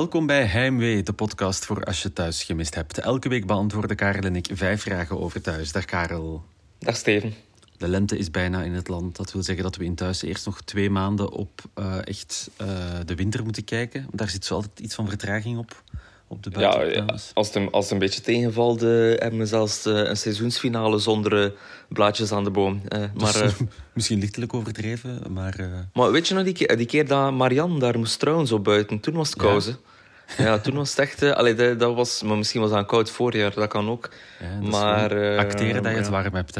Welkom bij Heimwee, de podcast voor als je thuis gemist hebt. Elke week beantwoorden Karel en ik 5 vragen over thuis. Dag Karel. Dag Steven. De lente is bijna in het land. Dat wil zeggen dat we in thuis eerst nog 2 maanden op de winter moeten kijken. Daar zit zo altijd iets van vertraging op de buitenopnames. Ja, als het een beetje tegenvalt, hebben we zelfs een seizoensfinale zonder blaadjes aan de boom. Misschien lichtelijk overdreven, maar... Maar weet je nog die keer dat Marianne daar moest trouwen zo buiten? Toen was het koud, Ja, toen was het echt... maar misschien was dat een koud voorjaar, dat kan ook. Ja, maar acteren dat je het warm hebt, hè?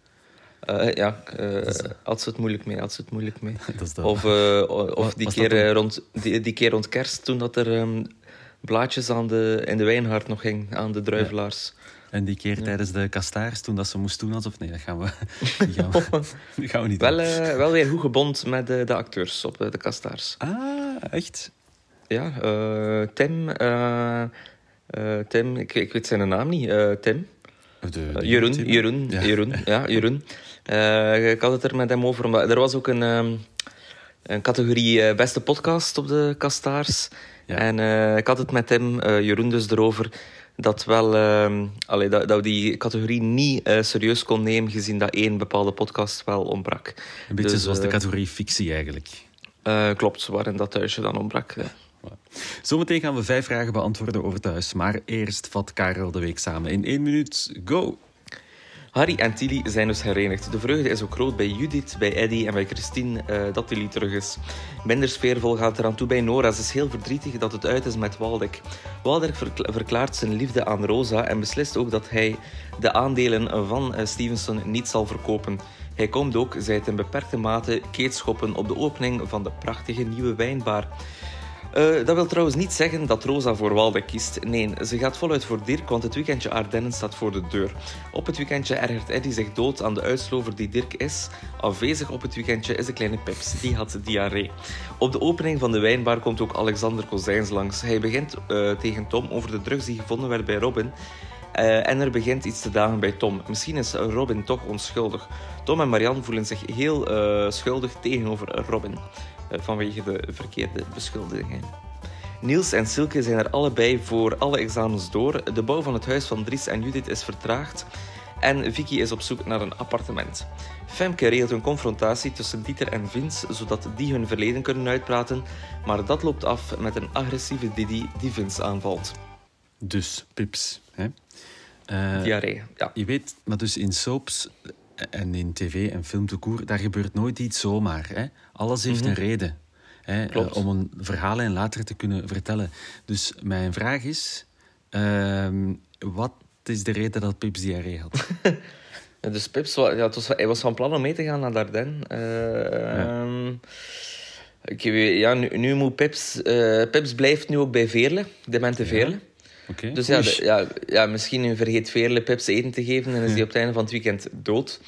Had ze het moeilijk mee. Dat is dat. Of die keer rond kerst, toen dat er blaadjes in de wijngaard nog ging, aan de druivelaars. Ja. En die keer tijdens de kastaars, toen dat ze moest doen alsof... Nee, dat gaan we niet doen. Wel weer goed gebond met de acteurs op de kastaars. Ah, echt? Ja, Tim, ik weet zijn naam niet. Tim. Jeroen. Ik had het er met hem over, omdat er was ook een categorie beste podcast op de kastaars. Ja. En ik had het met hem, Jeroen, dus erover dat we die categorie niet serieus kon nemen, gezien dat 1 bepaalde podcast wel ontbrak. Een beetje zoals de categorie fictie eigenlijk. Klopt, waarin dat thuisje dan ontbrak. Ja. Zometeen gaan we 5 vragen beantwoorden over thuis. Maar eerst vat Karel de week samen in 1 minuut. Go! Harry en Tilly zijn dus herenigd. De vreugde is ook groot bij Judith, bij Eddie en bij Christine dat Tilly terug is. Minder sfeervol gaat het eraan toe bij Nora. Ze is heel verdrietig dat het uit is met Waldek. Waldek verklaart zijn liefde aan Rosa en beslist ook dat hij de aandelen van Stevenson niet zal verkopen. Hij komt ook, zij het in beperkte mate, keetschoppen op de opening van de prachtige nieuwe wijnbar. Dat wil trouwens niet zeggen dat Rosa voor Waldek kiest. Nee, ze gaat voluit voor Dirk, want het weekendje Ardennen staat voor de deur. Op het weekendje ergert Eddie zich dood aan de uitslover die Dirk is. Afwezig op het weekendje is de kleine Pips, die had diarree. Op de opening van de wijnbar komt ook Alexander Kozijns langs. Hij begint tegen Tom over de drugs die gevonden werden bij Robin. En er begint iets te dagen bij Tom. Misschien is Robin toch onschuldig. Tom en Marianne voelen zich heel schuldig tegenover Robin. Vanwege de verkeerde beschuldigingen. Niels en Silke zijn er allebei voor alle examens door. De bouw van het huis van Dries en Judith is vertraagd. En Vicky is op zoek naar een appartement. Femke regelt een confrontatie tussen Dieter en Vince, zodat die hun verleden kunnen uitpraten. Maar dat loopt af met een agressieve Didi die Vince aanvalt. Dus, Pips. Hè? Diarree, ja. Je weet, maar dus in soaps en in tv en film tout court, daar gebeurt nooit iets zomaar. Hè? Alles heeft een reden. Hè? Om een verhaallijn later te kunnen vertellen. Dus mijn vraag is, wat is de reden dat Pips diarree had? Dus Pips, hij was van plan om mee te gaan naar Dardenne. Nu moet Pips blijft nu ook bij Veerle, demente Veerle. Okay. Dus misschien vergeet Veerle Pips eten te geven en is hij op het einde van het weekend dood.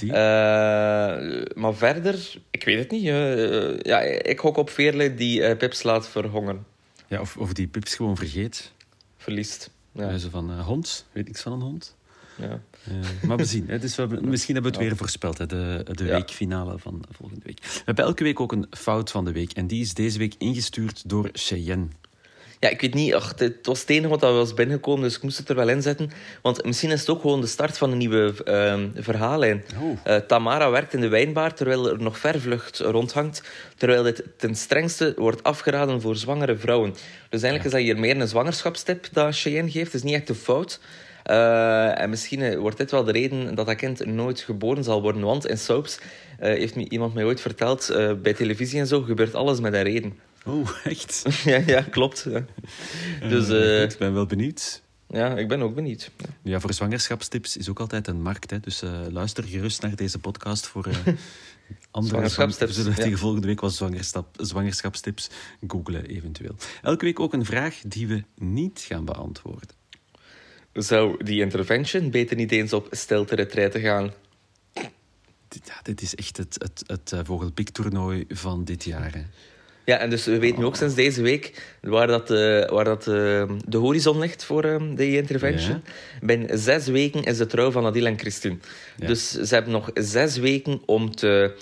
Maar verder, ik weet het niet. Ik gok op Veerle die Pips laat verhongeren. Ja, of die Pips gewoon vergeet. Verliest. Ja. Zo van hond, weet ik van een hond. Ja. Maar we zien. Misschien hebben we het weer voorspeld, hè, de weekfinale van volgende week. We hebben elke week ook een fout van de week. En die is deze week ingestuurd door Cheyenne. Ja, ik weet niet. Het was het enige wat was binnengekomen, dus ik moest het er wel in zetten. Want misschien is het ook gewoon de start van een nieuwe verhaallijn. Tamara werkt in de wijnbar, terwijl er nog vervlucht rondhangt. Terwijl dit ten strengste wordt afgeraden voor zwangere vrouwen. Dus eigenlijk is dat hier meer een zwangerschapstip dat Cheyenne geeft. Het is niet echt een fout. En misschien wordt dit wel de reden dat kind nooit geboren zal worden. Want in soaps heeft iemand mij ooit verteld, bij televisie en zo, gebeurt alles met een reden. Oh, echt? ja, klopt. Ja. Dus, ik ben wel benieuwd. Ja, ik ben ook benieuwd. Ja, voor zwangerschapstips is ook altijd een markt. Hè. Dus luister gerust naar deze podcast voor andere zwangerschapstips. We zullen tegen volgende week wat zwangerschapstips googlen, eventueel. Elke week ook een vraag die we niet gaan beantwoorden. Zou die intervention beter niet eens op stilte-retraite gaan? Dit is echt het vogelpiktoernooi van dit jaar. Hè. Ja, en dus we weten nu ook sinds deze week waar de horizon ligt voor die intervention. Ja. Binnen 6 weken is de trouw van Adil en Christine. Ja. Dus ze hebben nog 6 weken om te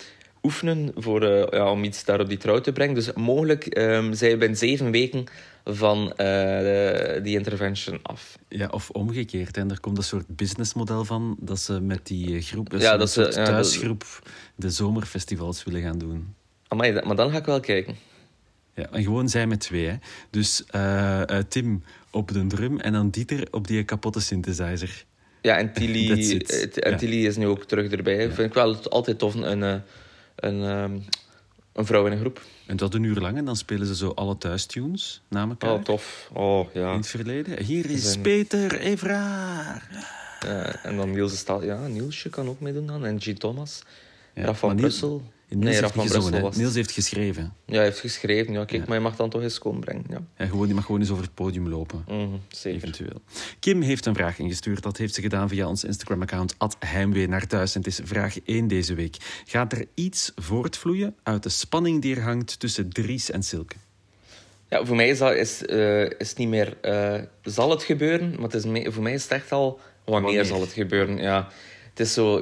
oefenen om iets daar op die trouw te brengen. Dus mogelijk zijn we binnen 7 weken van die intervention af. Ja, of omgekeerd. En er komt een soort businessmodel van dat ze met die groep, dat soort thuisgroep, de zomerfestivals willen gaan doen. Amai, maar dan ga ik wel kijken. Ja, en gewoon zij met 2. Hè. Dus Tim op de drum en dan Dieter op die kapotte synthesizer. Ja, en Tilly is nu ook terug erbij. Ja. Vind ik wel altijd tof, een vrouw in een groep. En dat 1 uur lang en dan spelen ze zo alle thuistunes na elkaar. Oh, tof. Oh, ja. In het verleden. Hier is Peter Evraar. En dan Nielsje kan ook meedoen dan. En G. Thomas. Ja, Raf van Brussel. Niels heeft geschreven. Ja, hij heeft geschreven. Ja, kijk, maar je mag dan toch eens komen brengen. Ja. Die mag gewoon eens over het podium lopen. Zeker. Eventueel. Kim heeft een vraag ingestuurd. Dat heeft ze gedaan via ons Instagram-account @heimwee naar thuis. En het is vraag 1 deze week. Gaat er iets voortvloeien uit de spanning die er hangt tussen Dries en Silke? Ja, voor mij is het niet meer... zal het gebeuren? Maar voor mij is het echt al... Wanneer zal het gebeuren? Ja. Het is zo...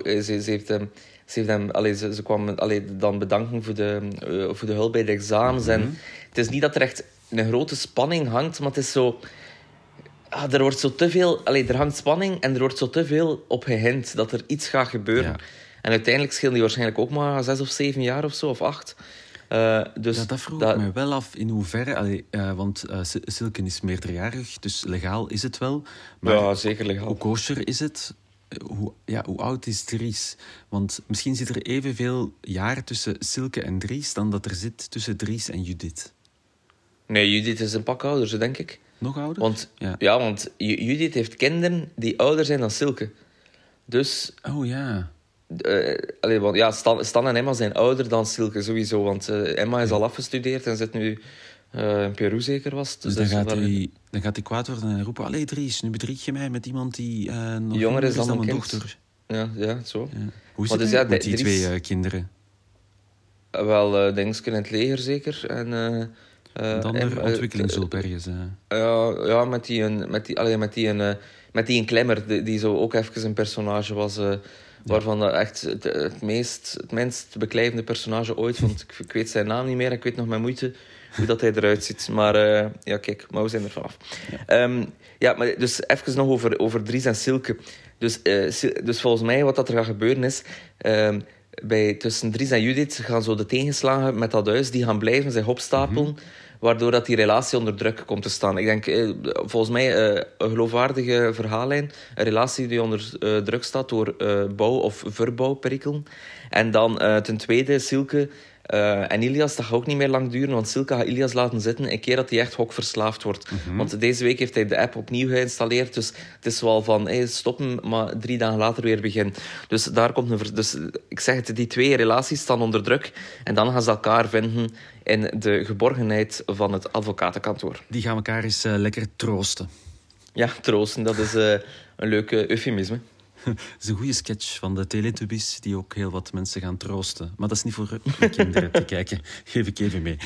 Ze kwam dan bedanken voor de hulp bij de examens. En het is niet dat er echt een grote spanning hangt, maar het is zo... er wordt zo te veel... er hangt spanning en er wordt zo te veel op gehint dat er iets gaat gebeuren. Ja. En uiteindelijk scheelt die waarschijnlijk ook maar 6 of 7 jaar of zo, of 8. Dus dat vroeg ik me wel af in hoeverre... want Silke is meerderjarig, dus legaal is het wel. Maar ja, zeker legaal. Hoe kosher is het? Hoe oud is Dries? Want misschien zit er evenveel jaar tussen Silke en Dries dan dat er zit tussen Dries en Judith. Nee, Judith is een pak ouder, denk ik. Nog ouder? Want Judith heeft kinderen die ouder zijn dan Silke. Dus... Oh ja. Stan en Emma zijn ouder dan Silke, sowieso. Want Emma is al afgestudeerd en zit nu in Peru, zeker was het. Dus dan gaat hij kwaad worden en roepen... Allee, Dries, nu bedrieg je mij met iemand die nog jonger is dan mijn kind. dochter. Ja, zo. Ja. Hoe zit het met die 2 kinderen? Wel, Dingske in het leger, zeker. En dan de ontwikkelingshulp ergens. Ja, met die een klemmer, die zo ook even een personage was... waarvan dat echt het minst beklijvende personage ooit... Want ik weet zijn naam niet meer en ik weet nog met moeite hoe dat hij eruit ziet. Maar kijk, maar we zijn er vanaf. Ja. Maar dus even nog over Dries en Silke. Dus volgens mij wat dat er gaat gebeuren is... tussen Dries en Judith gaan zo de tegenslagen met dat huis... die gaan blijven zich opstapelen... waardoor dat die relatie onder druk komt te staan. Ik denk, volgens mij, een geloofwaardige verhaallijn. Een relatie die onder druk staat door bouw- of verbouwperikelen. En dan ten tweede, Silke en Ilias, dat gaat ook niet meer lang duren. Want Silke gaat Ilias laten zitten een keer dat hij echt hokverslaafd wordt. Want deze week heeft hij de app opnieuw geïnstalleerd. Dus het is wel van, stoppen, maar 3 dagen later weer beginnen. Dus daar komt Dus ik zeg het, die 2 relaties staan onder druk. En dan gaan ze elkaar vinden in de geborgenheid van het advocatenkantoor. Die gaan elkaar eens lekker troosten. Ja, troosten, dat is een leuke eufemisme. Dat is een goede sketch van de Teletubbies die ook heel wat mensen gaan troosten. Maar dat is niet voor de kinderen te kijken. Geef ik even mee.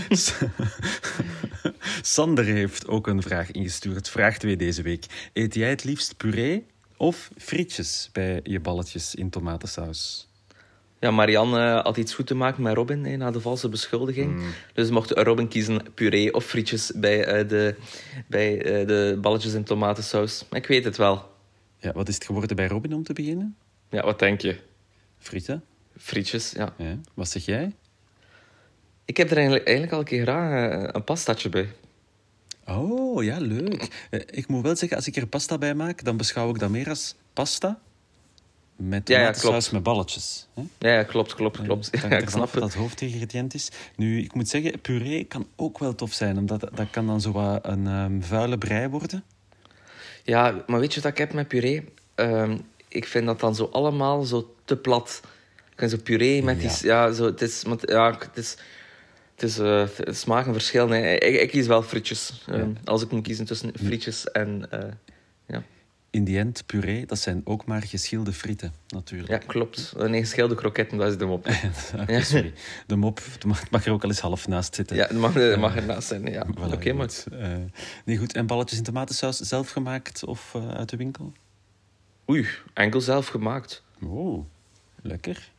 Sander heeft ook een vraag ingestuurd. Vraag 2 deze week. Eet jij het liefst puree of frietjes bij je balletjes in tomatensaus? Ja, Marianne had iets goed te maken met Robin na de valse beschuldiging. Dus mocht Robin kiezen puree of frietjes bij de balletjes in tomatensaus. Ik weet het wel. Ja, wat is het geworden bij Robin om te beginnen? Ja, wat denk je? Frieten? Frietjes, ja. Wat zeg jij? Ik heb er eigenlijk al een keer graag een pastatje bij. Oh, ja, leuk. Ik moet wel zeggen, als ik er pasta bij maak, dan beschouw ik dat meer als pasta met tomatensaus met balletjes. Hè? Ja, klopt. Ik snap dat het hoofdingrediënt is. Nu, ik moet zeggen, puree kan ook wel tof zijn, omdat dat kan dan zo wat een vuile brei worden. Ja, maar weet je wat ik heb met puree? Ik vind dat dan zo allemaal zo te plat. Ik vind zo puree met die... Ja, zo, het is smakenverschil. Nee. Ik kies wel frietjes. Als ik moet kiezen tussen frietjes en... In die end, puree, dat zijn ook maar geschilde frieten, natuurlijk. Ja, klopt. Nee, geschilde kroketten, dat is de mop. Sorry. De mop, het mag er ook al eens half naast zitten. Ja, het mag er naast zijn, ja. Voilà, Oké, maar... nee, goed. En balletjes in tomatensaus zelf gemaakt of uit de winkel? Oei, enkel zelf gemaakt. Oh, lekker.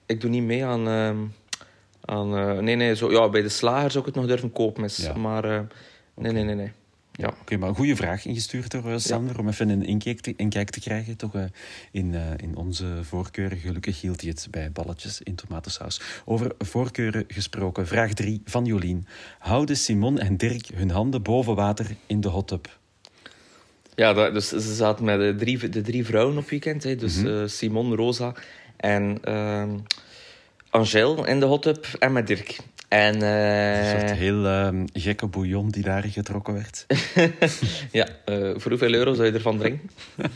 Ik doe niet mee aan bij de slager zou ik het nog durven kopen. Ja. Maar nee. Ja. Oké, maar een goede vraag ingestuurd door Sander, om even een inkijk te krijgen toch, in onze voorkeuren. Gelukkig hield hij het bij balletjes in tomatensaus. Over voorkeuren gesproken, vraag 3 van Jolien. Houden Simon en Dirk hun handen boven water in de hot tub? Ja, dus ze zaten met de drie vrouwen op weekend. Hè. Dus Simon, Rosa en Angèle in de hot tub en met Dirk. En, een soort heel gekke bouillon die daar getrokken werd. Ja, voor hoeveel euro zou je ervan drinken?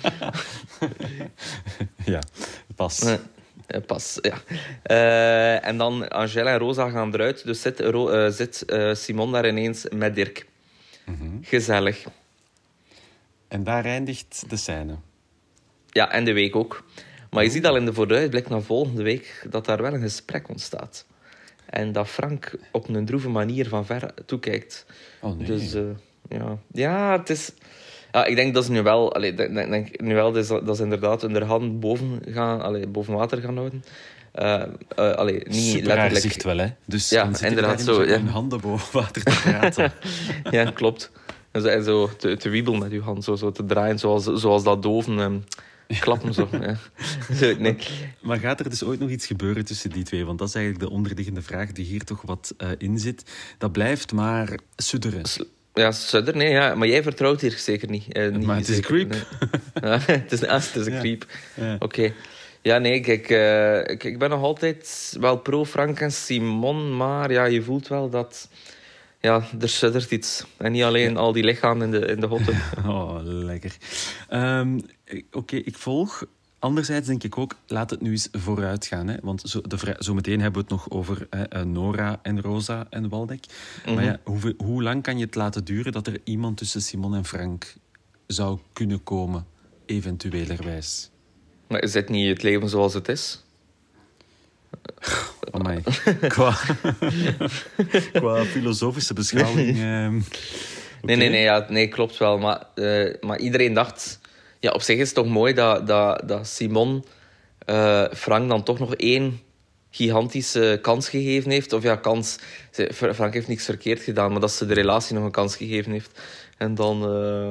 Ja, pas. Pas, ja. En dan Angèle en Rosa gaan eruit. Dus zit Simon daar ineens met Dirk. Gezellig. En daar eindigt de scène. Ja, en de week ook. Maar je ziet al in de vooruitblik naar volgende week dat daar wel een gesprek ontstaat. En dat Frank op een droeve manier van ver toekijkt. Oh nee. Dus ja, het is... Ja, ik denk dat ze nu wel... dat ze inderdaad hun hand boven water gaan houden. Niet super letterlijk... zicht wel, hè? Dus ja, dan zit inderdaad zo. Ja. Hun handen boven water te praten. Ja, klopt. En zo te wiebelen met je hand, zo te draaien, zoals dat doven... klappen zo. Ja. Nee. Maar gaat er dus ooit nog iets gebeuren tussen die twee? Want dat is eigenlijk de onderliggende vraag die hier toch wat in zit. Dat blijft maar sudderen. Ja, sudderen, nee. Ja. Maar jij vertrouwt hier zeker niet. Maar het is een creep. Nee. Ja, het is een creep. Ja. Oké. Ja, nee, kijk, ik ben nog altijd wel pro Frank en Simon, maar ja, je voelt wel dat... Ja, er suddert iets. En niet alleen al die lichamen in de hot tub. Oh, lekker. Oké, ik volg. Anderzijds denk ik ook, laat het nu eens vooruit gaan. Hè? Want zo meteen hebben we het nog over Nora en Rosa en Waldeck. Maar ja, hoe lang kan je het laten duren dat er iemand tussen Simon en Frank zou kunnen komen, eventuelerwijs? Maar is dit niet het leven zoals het is? Amai. Qua filosofische beschouwing... Okay. Nee, klopt wel. Maar iedereen dacht... Ja, op zich is het toch mooi dat Simon Frank dan toch nog 1 gigantische kans gegeven heeft. Of ja, kans... Frank heeft niks verkeerd gedaan, maar dat ze de relatie nog een kans gegeven heeft. En dan...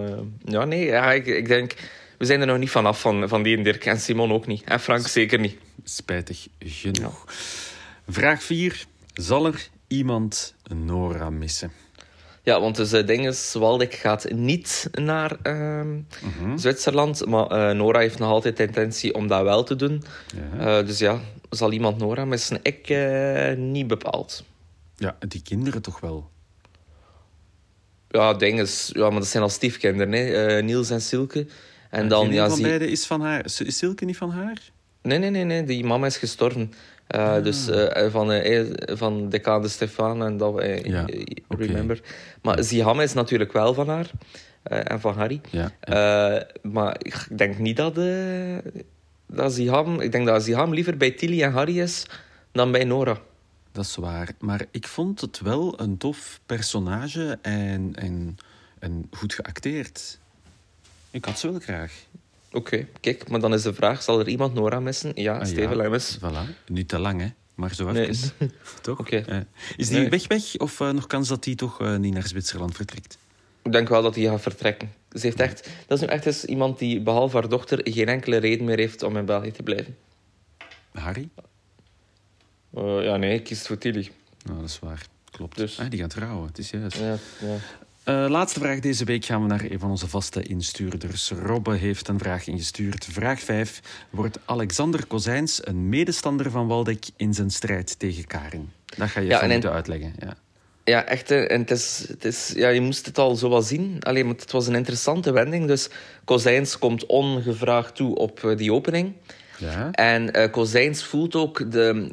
ik denk... We zijn er nog niet vanaf van die Dirk. En Simon ook niet. En Frank zeker niet. Spijtig genoeg. Ja. Vraag 4. Zal er iemand Nora missen? Ja, want dus het ding is, Waldeck gaat niet naar Zwitserland. Maar Nora heeft nog altijd de intentie om dat wel te doen. Ja. Dus ja, zal iemand Nora missen? Ik niet bepaald. Ja, die kinderen toch wel? Ja, het ding is... Ja, maar dat zijn al stiefkinderen, hè. Niels en Silke. En dan, geen van beiden is van haar. Is Silke niet van haar? Nee. Die mama is gestorven. Dus van Decaan de Stefan en dat remember. Maar Ziham is natuurlijk wel van haar. En van Harry. Ja. Maar ik denk niet dat Ziham... Ik denk dat Ziham liever bij Tilly en Harry is dan bij Nora. Dat is waar. Maar ik vond het wel een tof personage en goed geacteerd. Ik had ze wel graag. Oké, kijk, maar dan is de vraag, zal er iemand Nora missen? Ja, Steven Lemmes. Voilà. Niet te lang, hè. Maar zo even. Nee. Toch? Okay. Is die weg? Of nog kans dat die toch niet naar Zwitserland vertrekt? Ik denk wel dat hij gaat vertrekken. Ze heeft echt... Dat is nu echt eens iemand die, behalve haar dochter, geen enkele reden meer heeft om in België te blijven. Harry? Nee, ik kies voor Tilly. Nou, dat is waar. Klopt. Dus. Die gaan trouwen, het is juist. Ja. Laatste vraag deze week gaan we naar een van onze vaste instuurders. Robbe heeft een vraag ingestuurd. Vraag 5. Wordt Alexander Kozijns een medestander van Waldeck in zijn strijd tegen Karin? Dat ga je even moeten uitleggen. Ja, echt. En het is, je moest het al zo wat zien. Alleen, maar het was een interessante wending. Dus Kozijns komt ongevraagd toe op die opening. Ja. En Kozijns voelt ook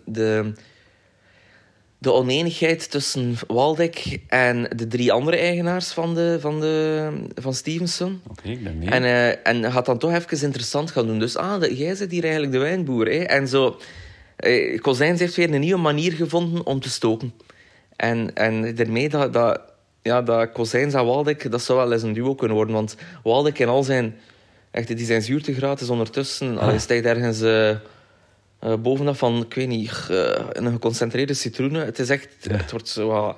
de oneenigheid tussen Waldeck en de 3 andere eigenaars van Stevenson. Oké, ik ben mee. En gaat dan toch even interessant gaan doen. Dus, jij bent hier eigenlijk de wijnboer. Hè? En zo... Kozijns heeft weer een nieuwe manier gevonden om te stoken. En daarmee dat Kozijns en Waldeck, dat zou wel eens een duo kunnen worden. Want Waldeck en al zijn... Echt, die zijn zuurtegraad is ondertussen... stijgt ergens... bovenaf van, ik weet niet, een geconcentreerde citroenen. Het is echt... Ja. Het wordt zo...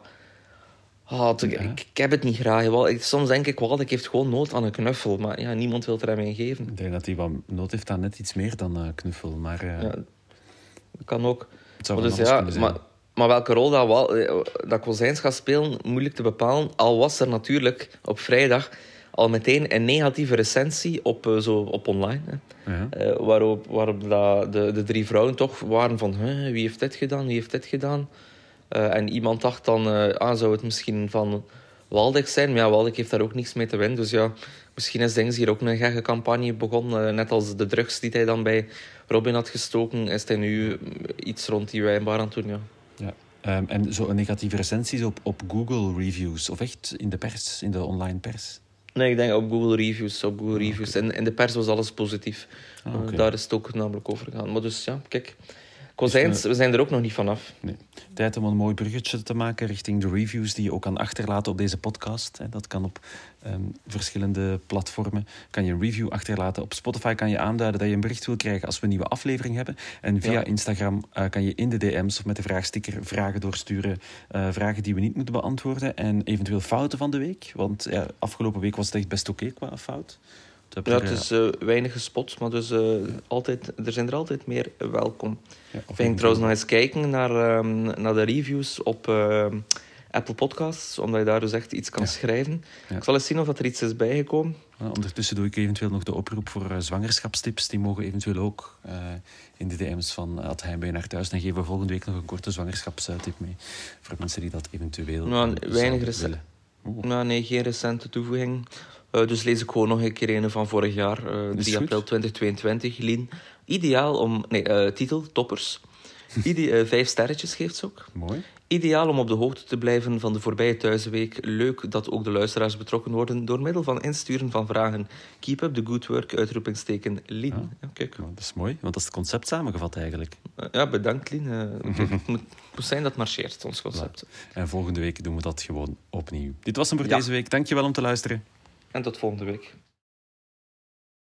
ik heb het niet graag. Soms denk ik, Waldek heeft gewoon nood aan een knuffel. Maar ja, niemand wil er hem een geven. Ik denk dat hij wat nood heeft aan net iets meer dan knuffel. Maar, ja, dat kan ook. Het zou dus, maar welke rol dat kozijns gaat spelen, moeilijk te bepalen. Al was er natuurlijk op vrijdag al meteen een negatieve recensie op online. Hè. Ja. Waarop de 3 vrouwen toch waren van... Wie heeft dit gedaan? Wie heeft dit gedaan? En iemand dacht dan... zou het misschien van Waldek zijn? Maar ja, Waldek heeft daar ook niks mee te winnen. Dus ja, misschien is Dings hier ook een gekke campagne begonnen. Net als de drugs die hij dan bij Robin had gestoken... is hij nu iets rond die wijnbar aan het doen, ja. Ja. En zo'n negatieve recensies op Google Reviews? Of echt in de pers, in de online pers? Nee, ik denk op Google Reviews. Okay. In de pers was alles positief. Okay. Daar is het ook namelijk over gegaan. Maar dus ja, kijk... Kozijns, we zijn er ook nog niet vanaf. Nee. Tijd om een mooi bruggetje te maken richting de reviews die je ook kan achterlaten op deze podcast. Dat kan op verschillende platformen. Kan je een review achterlaten. Op Spotify kan je aanduiden dat je een bericht wil krijgen als we een nieuwe aflevering hebben. En via Instagram kan je in de DM's of met de vraagsticker vragen doorsturen. Vragen die we niet moeten beantwoorden. En eventueel fouten van de week. Want afgelopen week was het echt best oké qua fout. Ja, het is weinig gespot, maar dus, er zijn er altijd meer welkom. Ja, ik trouwens nog eens kijken naar de reviews op Apple Podcasts, omdat je daar dus echt iets kan schrijven. Ja. Ik zal eens zien of er iets is bijgekomen. Ondertussen doe ik eventueel nog de oproep voor zwangerschapstips. Die mogen eventueel ook in de DM's van Ad Heimwee naar thuis. Dan geven we volgende week nog een korte zwangerschapstip mee. Voor mensen die dat eventueel weinig willen. Nee, geen recente toevoeging. Dus lees ik gewoon nog een keer een van vorig jaar, 3 april 2022, Lien. Ideaal om... titel, toppers. 5 sterretjes geeft ze ook. Mooi. Ideaal om op de hoogte te blijven van de voorbije thuisweek. Leuk dat ook de luisteraars betrokken worden door middel van insturen van vragen. Keep up the good work, uitroepingsteken, Lien. Ah, ja, kijk. Dat is mooi, want dat is het concept samengevat eigenlijk. Ja, bedankt Lien. Het moet zijn dat marcheert, ons concept. Ja. En volgende week doen we dat gewoon opnieuw. Dit was hem voor deze week. Dankjewel om te luisteren. En tot volgende week.